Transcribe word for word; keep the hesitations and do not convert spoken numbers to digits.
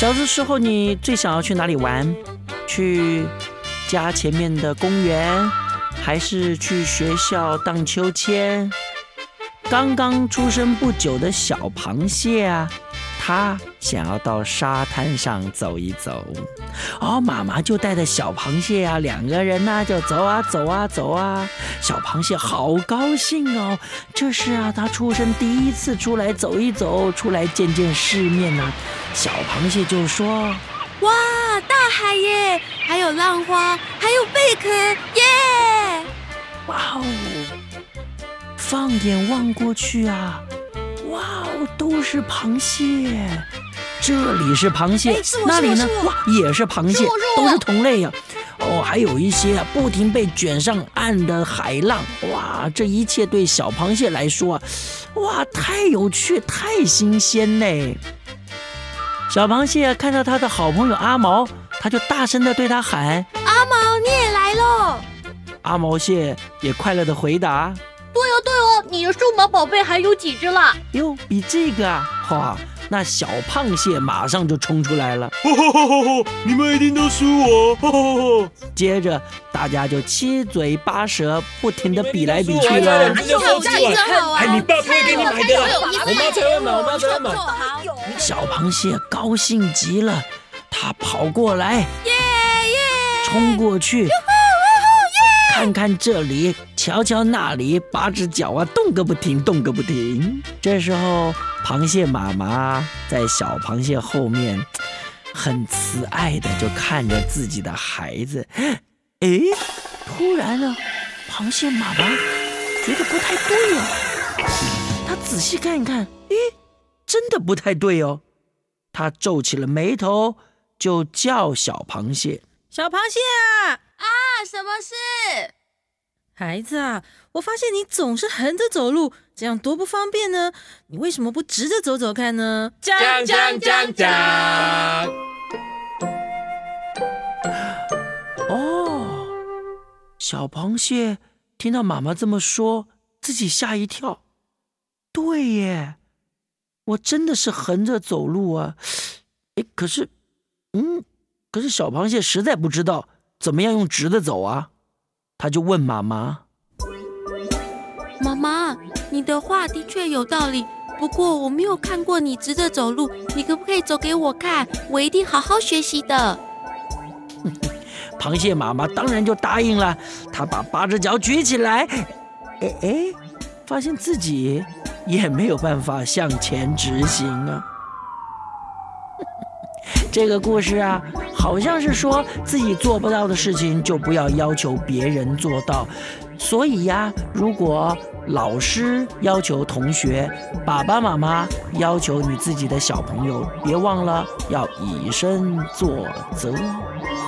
小的时候你最想要去哪里玩？去家前面的公园，还是去学校荡秋千？刚刚出生不久的小螃蟹啊，它想要到沙滩上走一走。哦，妈妈就带着小螃蟹啊，两个人呢、啊、就走啊走啊走啊。小螃蟹好高兴哦，这是啊它出生第一次出来走一走，出来见见世面啊。小螃蟹就说： 哇，大海耶，还有浪花，还有贝壳耶！ 哇哦！放眼望过去啊，哇哦，都是螃蟹。这里是螃蟹，那里呢？哇，也是螃蟹，都是同类呀、啊。哦，还有一些啊，不停被卷上岸的海浪。哇，这一切对小螃蟹来说啊，哇，太有趣，太新鲜嘞！小螃蟹看到他的好朋友阿毛，他就大声地对他喊： 阿毛，你也来咯！ 阿毛蟹也快乐地回答： 对哦对哦，你的数码宝贝还有几只啦？ 哟，比这个啊，哇！那小胖蟹马上就冲出来了， 吼吼吼吼！你们一定都输我！吼吼吼！ 接着大家就七嘴八舌，不停地比来比去了。 哎，真好玩！哎，你爸不会给你买的，我妈才会买，我妈才会买。 小螃蟹高兴极了，它跑过来，耶耶，冲过去。看看这里，瞧瞧那里，八只脚啊，动个不停，动个不停。这时候，螃蟹妈妈在小螃蟹后面，很慈爱的就看着自己的孩子。哎，突然呢，螃蟹妈妈觉得不太对哦，她仔细看一看，哎，真的不太对哦。她皱起了眉头，就叫小螃蟹： 小螃蟹啊！ 啊，什么事？ 孩子啊，我发现你总是横着走路，这样多不方便呢。你为什么不直着走走看呢？ 讲讲讲讲。 哦，小螃蟹听到妈妈这么说，自己吓一跳。对耶，我真的是横着走路啊。哎，可是，嗯，可是小螃蟹实在不知道怎么样用直的走啊，他就问妈妈： 妈妈，你的话的确有道理，不过我没有看过你直着走路，你可不可以走给我看？我一定好好学习的。 螃蟹妈妈当然就答应了，她把八只脚举起来，哎哎，发现自己也没有办法向前直行啊。这个故事啊，好像是说自己做不到的事情就不要要求别人做到。所以呀、啊，如果老师要求同学，爸爸妈妈要求你自己的小朋友，别忘了要以身作则。